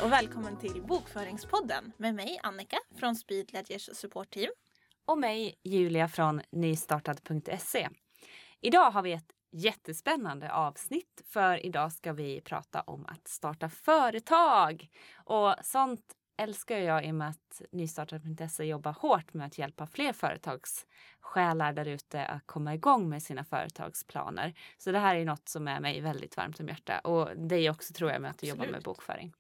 och välkommen till Bokföringspodden med mig Annika från Speedledgers supportteam. Och mig Julia från nystartad.se. Idag har vi ett jättespännande avsnitt, för idag ska vi prata om att starta företag. Och sånt älskar jag i och med att nystartad.se jobbar hårt med att hjälpa fler företagssjälar där ute att komma igång med sina företagsplaner. Så det här är något som är mig väldigt varmt om hjärta, och det är också, tror jag, med att du jobbar med bokföring.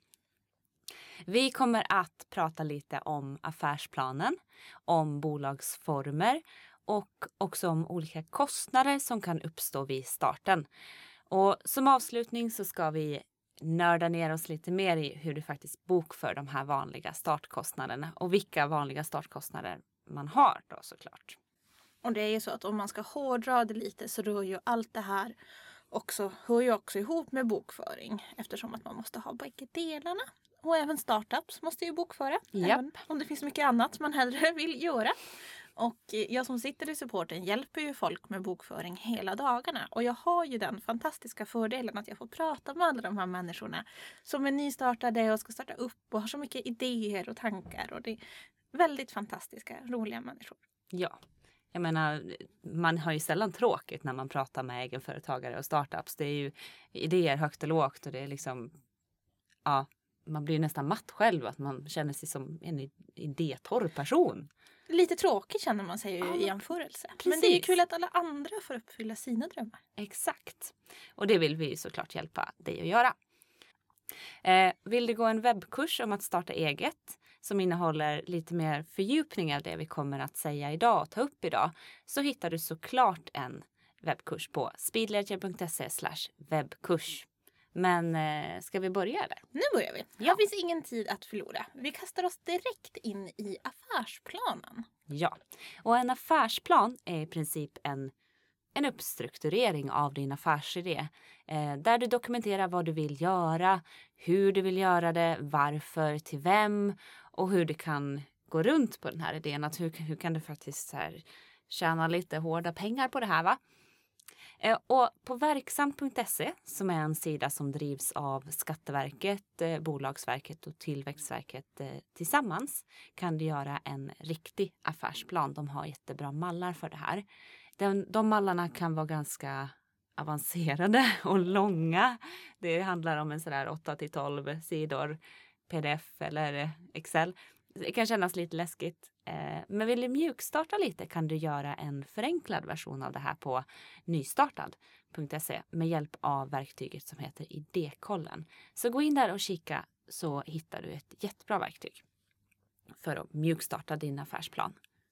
Vi kommer att prata lite om affärsplanen, om bolagsformer och också om olika kostnader som kan uppstå vid starten. Och som avslutning så ska vi nörda ner oss lite mer i hur du faktiskt bokför de här vanliga startkostnaderna och vilka vanliga startkostnader man har då, såklart. Och det är ju så att om man ska hårdra det lite så rör ju allt det här hör ju också ihop med bokföring, eftersom att man måste ha bägge delarna. Och även startups måste ju bokföra, även om det finns mycket annat man hellre vill göra. Och jag som sitter i supporten hjälper ju folk med bokföring hela dagarna. Och jag har ju den fantastiska fördelen att jag får prata med alla de här människorna som är nystartade och ska starta upp och har så mycket idéer och tankar. Och det är väldigt fantastiska, roliga människor. Ja, jag menar, man har ju sällan tråkigt när man pratar med egenföretagare och startups. Det är ju idéer högt och lågt, och det är liksom, ja, man blir nästan matt själv, att man känner sig som en idétorr person. Lite tråkigt känner man sig ju i jämförelse. Precis. Men det är ju kul att alla andra får uppfylla sina drömmar. Exakt. Och det vill vi såklart hjälpa dig att göra. Vill du gå en webbkurs om att starta eget som innehåller lite mer fördjupning av det vi kommer att säga idag och ta upp idag, så hittar du såklart en webbkurs på speedledger.se/webbkurs. Men ska vi börja eller? Nu börjar vi. Ja. Det finns ingen tid att förlora. Vi kastar oss direkt in i affärsplanen. Ja, och en affärsplan är i princip en uppstrukturering av din affärsidé. Där du dokumenterar vad du vill göra, hur du vill göra det, varför, till vem och hur du kan gå runt på den här idén. Att hur kan du faktiskt så här tjäna lite hårda pengar på det här, va? Och på verksam.se, som är en sida som drivs av Skatteverket, Bolagsverket och Tillväxtverket tillsammans, kan du göra en riktig affärsplan. De har jättebra mallar för det här. De mallarna kan vara ganska avancerade och långa. Det handlar om en sådär 8-12 sidor pdf eller Excel. Det kan kännas lite läskigt. Men vill du mjukstarta lite kan du göra en förenklad version av det här på nystartad.se med hjälp av verktyget som heter Idékollen. Så gå in där och kika, så hittar du ett jättebra verktyg för att mjukstarta din affärsplan.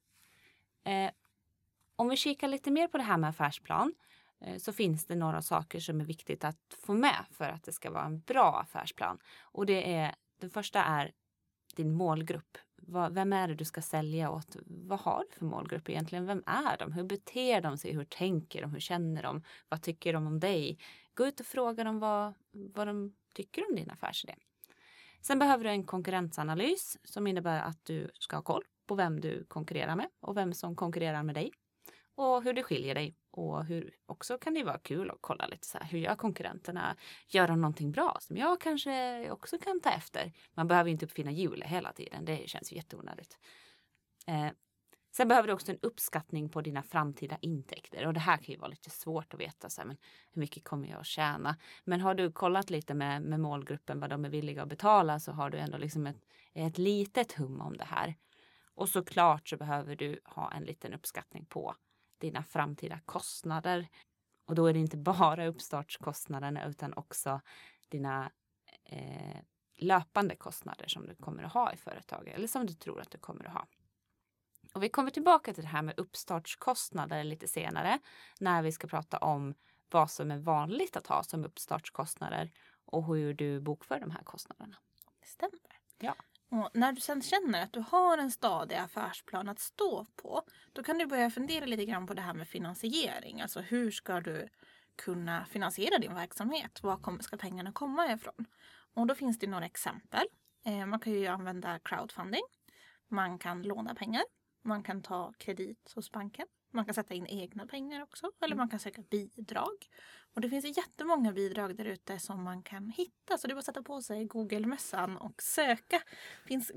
Om vi kikar lite mer på det här med affärsplan, så finns det några saker som är viktigt att få med för att det ska vara en bra affärsplan. Och den första är din målgrupp. Vem är det du ska sälja åt? Vad har du för målgrupp egentligen? Vem är de? Hur beter de sig? Hur tänker de? Hur känner de? Vad tycker de om dig? Gå ut och fråga dem vad de tycker om din affärsidé. Sen behöver du en konkurrensanalys som innebär att du ska ha koll på vem du konkurrerar med och vem som konkurrerar med dig. Och hur det skiljer dig. Och hur också kan det vara kul att kolla lite så här, hur gör konkurrenterna? Gör de någonting bra som jag kanske också kan ta efter? Man behöver inte uppfinna hjulet hela tiden. Det känns ju jätteonödigt. Sen behöver du också en uppskattning på dina framtida intäkter. Och det här kan ju vara lite svårt att veta. Så här, men hur mycket kommer jag att tjäna? Men har du kollat lite med målgruppen vad de är villiga att betala, så har du ändå liksom ett litet hum om det här. Och såklart så behöver du ha en liten uppskattning på dina framtida kostnader. Och då är det inte bara uppstartskostnaderna utan också dina löpande kostnader som du kommer att ha i företaget, eller som du tror att du kommer att ha. Och vi kommer tillbaka till det här med uppstartskostnader lite senare, när vi ska prata om vad som är vanligt att ha som uppstartskostnader och hur du bokför de här kostnaderna. Det stämmer. Ja. Och när du sen känner att du har en stadig affärsplan att stå på, då kan du börja fundera lite grann på det här med finansiering. Alltså hur ska du kunna finansiera din verksamhet? Var ska pengarna komma ifrån? Och då finns det några exempel. Man kan ju använda crowdfunding. Man kan låna pengar. Man kan ta kredit hos banken. Man kan sätta in egna pengar också. Eller man kan söka bidrag. Och det finns jättemånga bidrag där ute som man kan hitta. Så det är bara att sätta på sig Google-mässan och söka. Det finns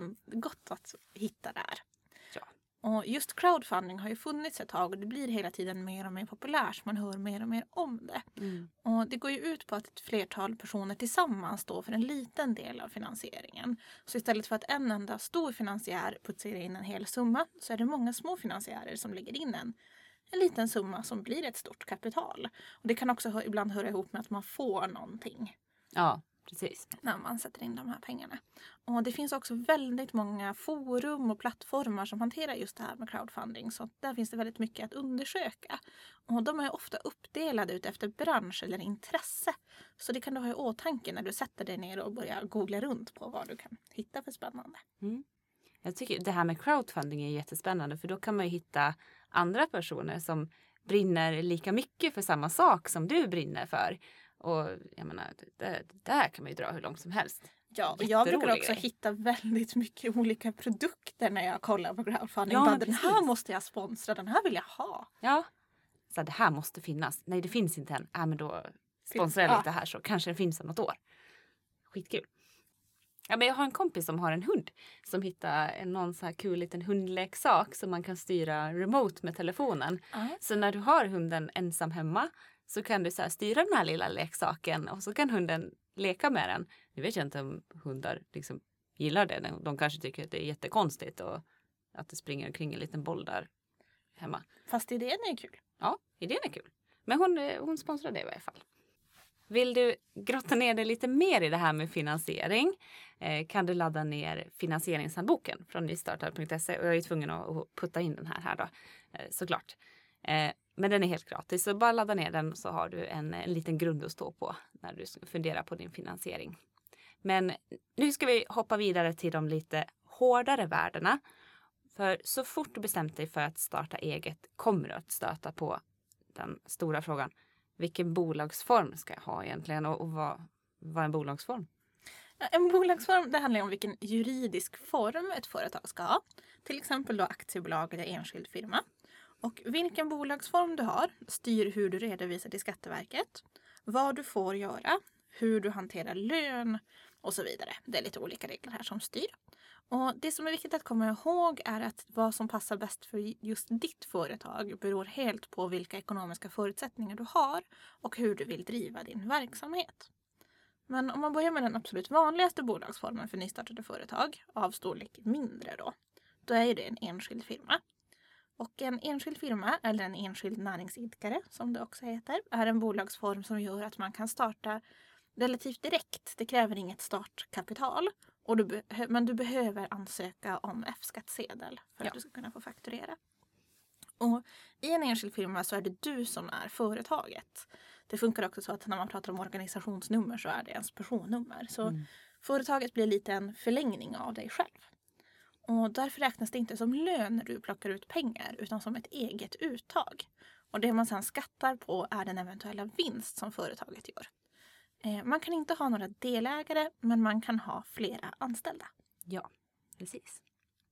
gott att hitta där. Ja. Och just crowdfunding har ju funnits ett tag och det blir hela tiden mer och mer populärt. Man hör mer och mer om det. Och det går ju ut på att ett flertal personer tillsammans står för en liten del av finansieringen. Så istället för att en enda stor finansiär putsar in en hel summa så är det många små finansiärer som lägger in en liten summa som blir ett stort kapital. Och det kan också ibland höra ihop med att man får någonting. Ja, precis. När man sätter in de här pengarna. Och det finns också väldigt många forum och plattformar som hanterar just det här med crowdfunding. Så där finns det väldigt mycket att undersöka. Och de är ofta uppdelade ut efter bransch eller intresse. Så det kan du ha i åtanke när du sätter dig ner och börjar googla runt på vad du kan hitta för spännande. Jag tycker det här med crowdfunding är jättespännande för då kan man ju hitta andra personer som brinner lika mycket för samma sak som du brinner för. Och jag menar, det där kan man ju dra hur långt som helst. Ja, och jag brukar också hitta väldigt mycket olika produkter när jag kollar på crowdfunding. Ja, den här måste jag sponsra, den här vill jag ha. Ja, så det här måste finnas. Nej, det finns inte än. Men då sponsrar jag lite här så kanske det finns om något år. Skitkul. Ja, men jag har en kompis som har en hund som hittar någon så här kul liten hundleksak som man kan styra remote med telefonen. Så när du har hunden ensam hemma så kan du så här styra den här lilla leksaken och så kan hunden leka med den. Nu vet jag inte om hundar liksom gillar det. De kanske tycker att det är jättekonstigt och att det springer omkring en liten boll där hemma. Fast idén är kul. Ja, idén är kul. Men hon sponsrar det i varje fall. Vill du grotta ner dig lite mer i det här med finansiering kan du ladda ner finansieringshandboken från nystartad.se. Och jag är tvungen att putta in den här då, såklart. Men den är helt gratis, så bara ladda ner den så har du en liten grund att stå på när du funderar på din finansiering. Men nu ska vi hoppa vidare till de lite hårdare värdena. För så fort du bestämt dig för att starta eget kommer du att stöta på den stora frågan. Vilken bolagsform ska jag ha egentligen och vad är en bolagsform? En bolagsform, det handlar om vilken juridisk form ett företag ska ha. Till exempel då aktiebolag eller enskild firma. Och vilken bolagsform du har styr hur du redovisar till Skatteverket, vad du får göra, hur du hanterar lön och så vidare. Det är lite olika regler här som styr. Och det som är viktigt att komma ihåg är att vad som passar bäst för just ditt företag beror helt på vilka ekonomiska förutsättningar du har och hur du vill driva din verksamhet. Men om man börjar med den absolut vanligaste bolagsformen för nystartade företag, av storlek mindre då är det en enskild firma. Och en enskild firma, eller en enskild näringsidkare som det också heter, är en bolagsform som gör att man kan starta relativt direkt. Det kräver inget startkapital, men du behöver ansöka om F-skattsedel för att du ska kunna få fakturera. Och i en enskild firma så är det du som är företaget. Det funkar också så att när man pratar om organisationsnummer så är det ens personnummer. Så företaget blir lite en förlängning av dig själv. Och därför räknas det inte som lön när du plockar ut pengar utan som ett eget uttag. Och det man sedan skattar på är den eventuella vinst som företaget gör. Man kan inte ha några delägare men man kan ha flera anställda. Ja, precis.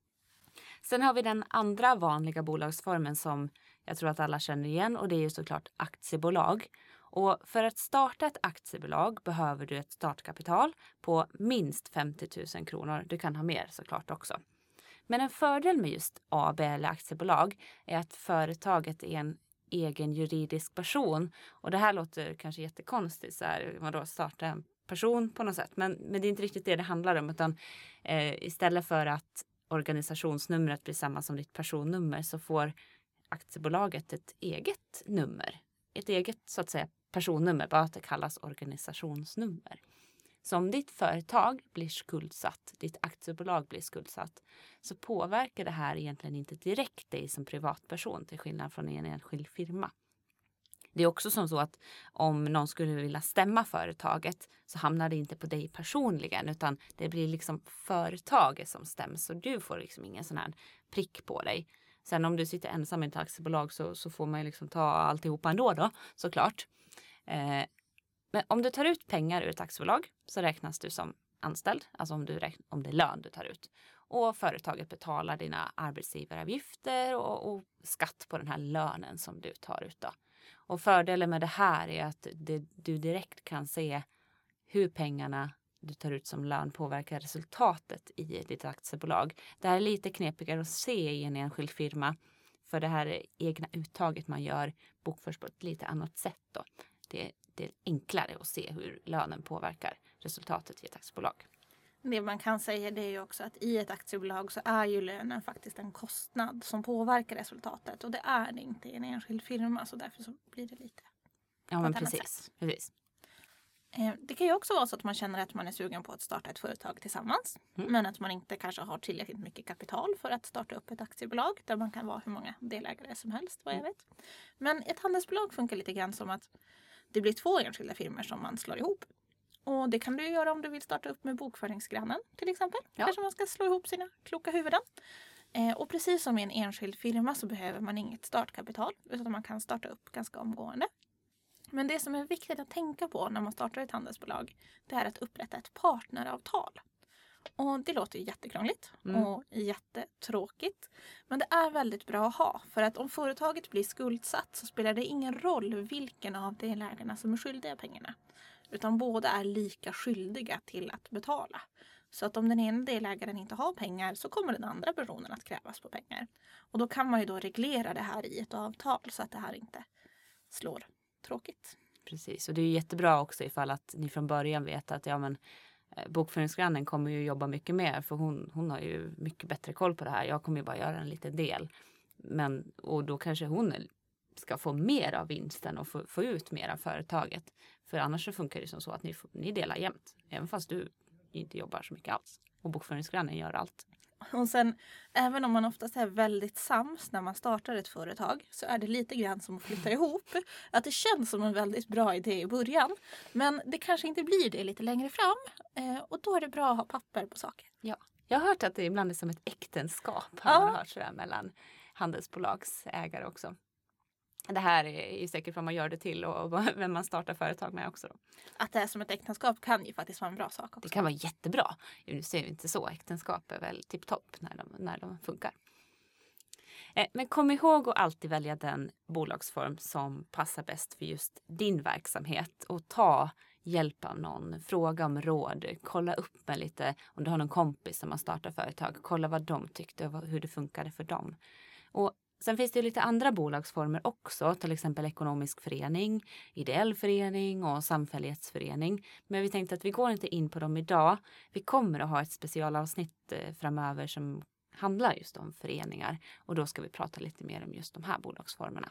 Sen har vi den andra vanliga bolagsformen som jag tror att alla känner igen och det är ju såklart aktiebolag. Och för att starta ett aktiebolag behöver du ett startkapital på minst 50 000 kronor. Du kan ha mer såklart också. Men en fördel med just AB eller aktiebolag är att företaget är en egen juridisk person. Och det här låter kanske jättekonstigt så här, man då startar en person på något sätt. Men det är inte riktigt det handlar om utan istället för att organisationsnumret blir samma som ditt personnummer så får aktiebolaget ett eget nummer. Ett eget så att säga personnummer, bara att det kallas organisationsnummer. Så om ditt företag blir skuldsatt, ditt aktiebolag blir skuldsatt så påverkar det här egentligen inte direkt dig som privatperson till skillnad från en enskild firma. Det är också som så att om någon skulle vilja stämma företaget så hamnar det inte på dig personligen utan det blir liksom företaget som stäms och du får liksom ingen sån här prick på dig. Sen om du sitter ensam i ett aktiebolag så får man ju liksom ta alltihopa ändå då såklart. Men om du tar ut pengar ur ett aktiebolag så räknas du som anställd, alltså om det är lön du tar ut. Och företaget betalar dina arbetsgivaravgifter och skatt på den här lönen som du tar ut då. Och fördelen med det här är att du direkt kan se hur pengarna du tar ut som lön påverkar resultatet i ditt aktiebolag. Det här är lite knepigare att se i en enskild firma. För det här egna uttaget man gör bokförs på ett lite annat sätt då. Det är enklare att se hur lönen påverkar resultatet i ett aktiebolag. Det man kan säga det är ju också att i ett aktiebolag så är ju lönen faktiskt en kostnad som påverkar resultatet. Och det är det inte i en enskild firma, så därför så blir det lite Ja, men precis. Det kan ju också vara så att man känner att man är sugen på att starta ett företag tillsammans. Men att man inte kanske har tillräckligt mycket kapital för att starta upp ett aktiebolag. Där man kan vara hur många delägare som helst, vad jag vet. Men ett handelsbolag funkar lite grann som att det blir 2 enskilda firmor som man slår ihop. Och det kan du göra om du vill starta upp med bokföringsgrannen till exempel. Ja. Kanske man ska slå ihop sina kloka huvuden. Och precis som i en enskild firma så behöver man inget startkapital. Utan man kan starta upp ganska omgående. Men det som är viktigt att tänka på när man startar ett handelsbolag, det är att upprätta ett partneravtal. Och det låter ju jättekrångligt och jättetråkigt. Men det är väldigt bra att ha. För att om företaget blir skuldsatt så spelar det ingen roll vilken av delägarna som är skyldiga pengarna. Utan båda är lika skyldiga till att betala. Så att om den ena delägaren inte har pengar så kommer den andra personen att krävas på pengar. Och då kan man ju då reglera det här i ett avtal så att det här inte slår tråkigt. Precis, och det är jättebra också ifall att ni från början vet att bokföringsgrannen kommer ju jobba mycket mer, för hon har ju mycket bättre koll på det här. Jag kommer ju bara göra en liten del. Och då kanske hon ska få mer av vinsten och få ut mer av företaget. För annars så funkar det som så att ni delar jämnt, även fast du inte jobbar så mycket alls. Och bokföringsgrannen gör allt. Och sen, även om man oftast är väldigt sams när man startar ett företag, så är det lite grann som att flytta ihop. Att det känns som en väldigt bra idé i början, men det kanske inte blir det lite längre fram. Och då är det bra att ha papper på saker. Ja, jag har hört att det ibland är som ett äktenskap. Har man hört sådär mellan handelsbolagsägare också. Det här är ju säkert vad man gör det till och vem man startar företag med också. Då. Att det är som ett äktenskap kan ju faktiskt vara en bra sak också. Det kan vara jättebra. Nu ser vi inte så. Äktenskap är väl tipptopp när de funkar. Men kom ihåg att alltid välja den bolagsform som passar bäst för just din verksamhet. Och ta hjälp av någon. Fråga om råd. Kolla upp med lite om du har någon kompis som har startat företag. Kolla vad de tyckte och hur det funkade för dem. Och sen finns det lite andra bolagsformer också, till exempel ekonomisk förening, ideell förening och samfällighetsförening. Men vi tänkte att vi går inte in på dem idag. Vi kommer att ha ett specialavsnitt framöver som handlar just om föreningar. Och då ska vi prata lite mer om just de här bolagsformerna.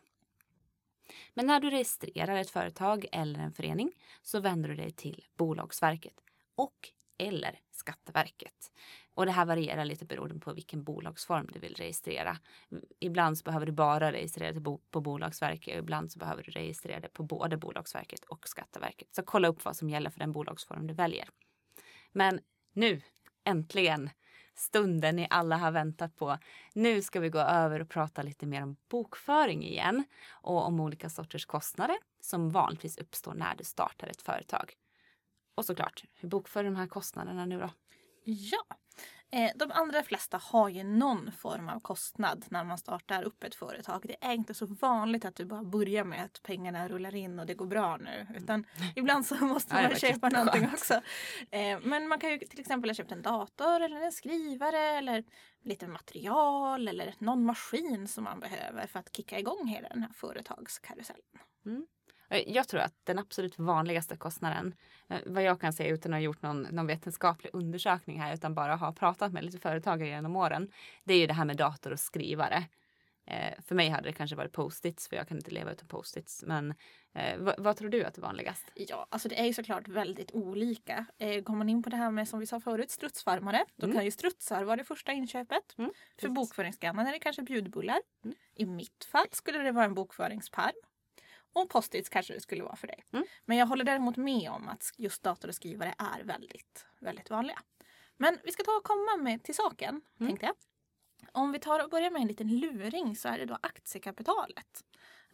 Men när du registrerar ett företag eller en förening så vänder du dig till Bolagsverket eller Skatteverket. Och det här varierar lite beroende på vilken bolagsform du vill registrera. Ibland så behöver du bara registrera det på Bolagsverket och ibland så behöver du registrera det på både Bolagsverket och Skatteverket. Så kolla upp vad som gäller för den bolagsform du väljer. Men nu, äntligen, stunden ni alla har väntat på. Nu ska vi gå över och prata lite mer om bokföring igen och om olika sorters kostnader som vanligtvis uppstår när du startar ett företag. Och såklart, hur bokför de här kostnaderna nu då? Ja, de allra flesta har ju någon form av kostnad när man startar upp ett företag. Det är inte så vanligt att du bara börjar med att pengarna rullar in och det går bra nu. Utan ibland så måste man köpa någonting också. Men man kan ju till exempel ha köpt en dator eller en skrivare eller lite material eller någon maskin som man behöver för att kicka igång hela den här företagskarusellen. Mm. Jag tror att den absolut vanligaste kostnaden, vad jag kan säga utan att ha gjort någon vetenskaplig undersökning här utan bara ha pratat med lite företagare genom åren, det är ju det här med dator och skrivare. För mig hade det kanske varit post-its, för jag kan inte leva utan post-its. Men vad tror du att det är vanligast? Ja, alltså det är ju såklart väldigt olika. Går man in på det här med, som vi sa förut, strutsfarmare, då kan ju strutsar vara det första inköpet. För bokföringsgrannen är det kanske bjudbullar. I mitt fall skulle det vara en bokföringsperm. Och post-its kanske det skulle vara för dig. Men jag håller däremot med om att just dator och skrivare är väldigt, väldigt vanliga. Men vi ska ta och komma med till saken, tänkte jag. Om vi tar och börjar med en liten luring så är det då aktiekapitalet.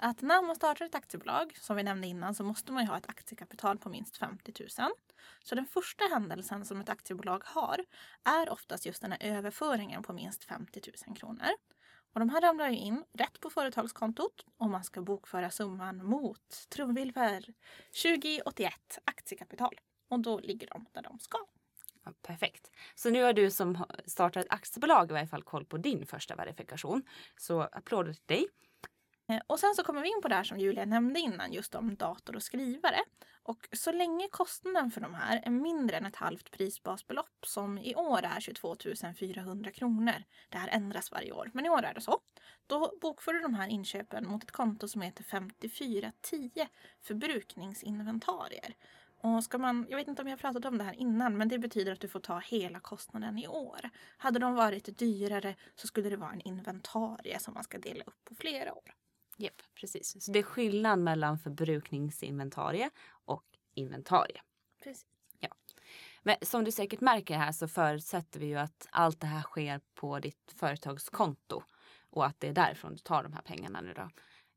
att när man startar ett aktiebolag, som vi nämnde innan, så måste man ju ha ett aktiekapital på minst 50 000. Så den första händelsen som ett aktiebolag har är oftast just den här överföringen på minst 50 000 kronor. Och de här ramlar ju in rätt på företagskontot och man ska bokföra summan mot trumvirvel 2081 aktiekapital. Och då ligger de där de ska. Ja, perfekt. Så nu har du som startar ett aktiebolag i varje fall koll på din första verifikation. Så applåder till dig. Och sen så kommer vi in på det här som Julia nämnde innan, just om dator och skrivare. Och så länge kostnaden för de här är mindre än ett halvt prisbasbelopp, som i år är 22 400 kronor. Det här ändras varje år, men i år är det så. Då bokför du de här inköpen mot ett konto som heter 5410 förbrukningsinventarier. Och jag vet inte om jag har pratat om det här innan, men det betyder att du får ta hela kostnaden i år. Hade de varit dyrare så skulle det vara en inventarie som man ska dela upp på flera år. Japp, precis. Så det är skillnad mellan förbrukningsinventarie och inventarie. Precis. Ja. Men som du säkert märker här så förutsätter vi ju att allt det här sker på ditt företagskonto. Och att det är därifrån du tar de här pengarna nu då.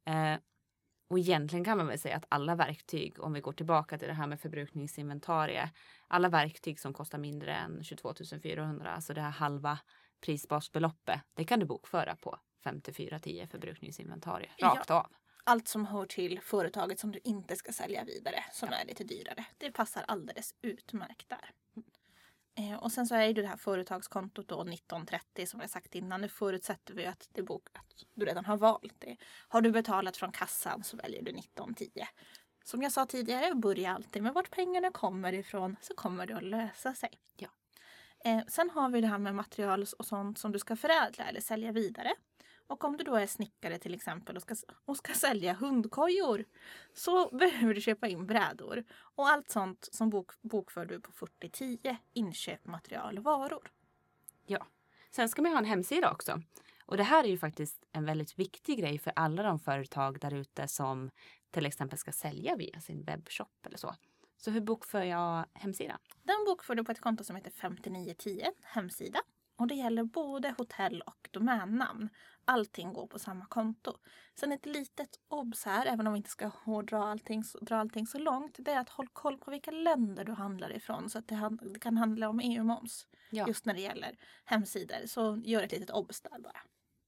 Och egentligen kan man väl säga att alla verktyg, om vi går tillbaka till det här med förbrukningsinventarie. Alla verktyg som kostar mindre än 22 400, alltså det här halva prisbasbeloppet, det kan du bokföra på 5410 förbrukningsinventarie, rakt av. Allt som hör till företaget som du inte ska sälja vidare, som är lite dyrare. Det passar alldeles utmärkt där. Och sen så är det här företagskontot då 1930 som jag sagt innan. Nu förutsätter vi att du redan har valt det. Har du betalat från kassan så väljer du 1910. Som jag sa tidigare, börja alltid med vart pengarna kommer ifrån, så kommer det att lösa sig. Ja. Sen har vi det här med material och sånt som du ska förädla eller sälja vidare. Och om du då är snickare till exempel och ska sälja hundkojor, så behöver du köpa in brädor. Och allt sånt som bokför du på 4010 inköp material och varor. Ja, sen ska man ha en hemsida också. Och det här är ju faktiskt en väldigt viktig grej för alla de företag där ute som till exempel ska sälja via sin webbshop eller så. Så hur bokför jag hemsidan? Den bokför du på ett konto som heter 5910 hemsida. Och det gäller både hotell och domännamn. Allting går på samma konto. Sen ett litet obs här, även om vi inte ska dra allting så långt. Det är att håll koll på vilka länder du handlar ifrån. Så att det kan handla om EU-moms. Ja. Just när det gäller hemsidor. Så gör ett litet obs där bara.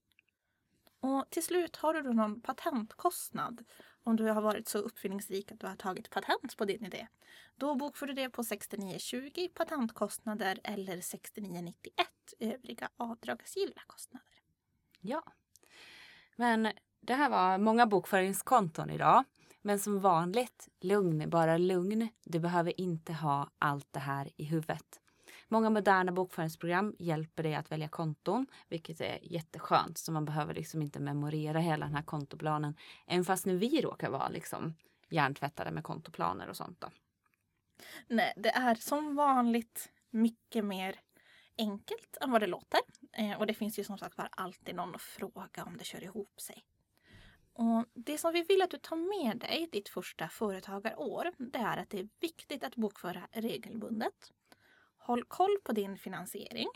Och till slut har du då någon patentkostnad. Om du har varit så uppfinningsrik att du har tagit patent på din idé. Då bokför du det på 6920 patentkostnader eller 6991 övriga avdragsgilla kostnader. Ja, men det här var många bokföringskonton idag. Men som vanligt, lugn är bara lugn. Du behöver inte ha allt det här i huvudet. Många moderna bokföringsprogram hjälper dig att välja konton, vilket är jätteskönt. Så man behöver liksom inte memorera hela den här kontoplanen. Även fast nu vi råkar vara liksom hjärntvättade med kontoplaner och sånt då. Nej, det är som vanligt mycket mer enkelt än vad det låter. Och det finns ju som sagt bara alltid någon att fråga om det kör ihop sig. Och det som vi vill att du tar med dig ditt första företagarår, det är att det är viktigt att bokföra regelbundet. Håll koll på din finansiering.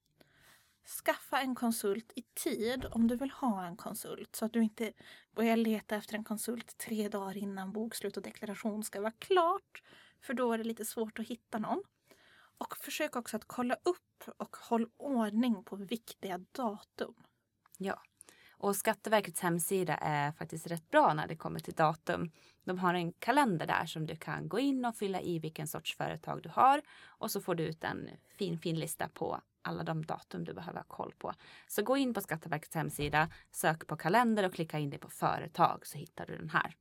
Skaffa en konsult i tid om du vill ha en konsult. Så att du inte börjar leta efter en konsult 3 dagar innan bokslut och deklaration ska vara klart. För då är det lite svårt att hitta någon. Och försök också att kolla upp och håll ordning på viktiga datum. Ja, och Skatteverkets hemsida är faktiskt rätt bra när det kommer till datum. De har en kalender där som du kan gå in och fylla i vilken sorts företag du har. Och så får du ut en fin lista på alla de datum du behöver ha koll på. Så gå in på Skatteverkets hemsida, sök på kalender och klicka in det på företag så hittar du den här.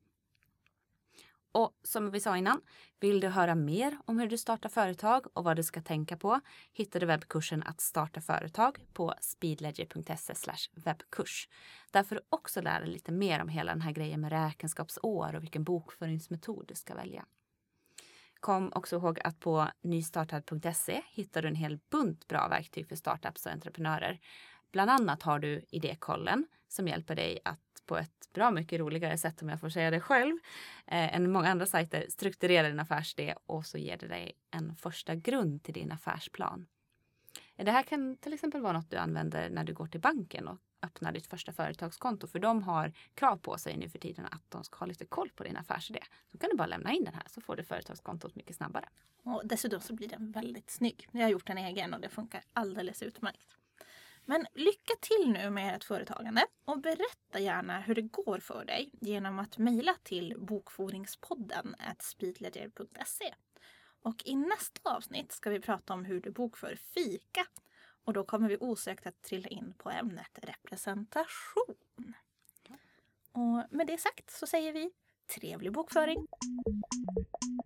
Och som vi sa innan, vill du höra mer om hur du startar företag och vad du ska tänka på, hittar du webbkursen att starta företag på speedledger.se/webbkurs. Där får du också lära dig lite mer om hela den här grejen med räkenskapsår och vilken bokföringsmetod du ska välja. Kom också ihåg att på nystartad.se hittar du en hel bunt bra verktyg för startups och entreprenörer. Bland annat har du idékollen som hjälper dig att på ett bra mycket roligare sätt, om jag får säga det själv, än många andra sajter strukturera din affärsidé och så ger det dig en första grund till din affärsplan. Det här kan till exempel vara något du använder när du går till banken och öppnar ditt första företagskonto. För de har krav på sig nu för tiden att de ska ha lite koll på din affärsidé. Så kan du bara lämna in den här så får du företagskontot mycket snabbare. Och dessutom så blir den väldigt snygg. Jag har gjort en egen och det funkar alldeles utmärkt. Men lycka till nu med ert företagande och berätta gärna hur det går för dig genom att mejla till bokforingspodden@speedledger.se. Och i nästa avsnitt ska vi prata om hur du bokför fika. Och då kommer vi osökt att trilla in på ämnet representation. Och med det sagt så säger vi trevlig bokföring!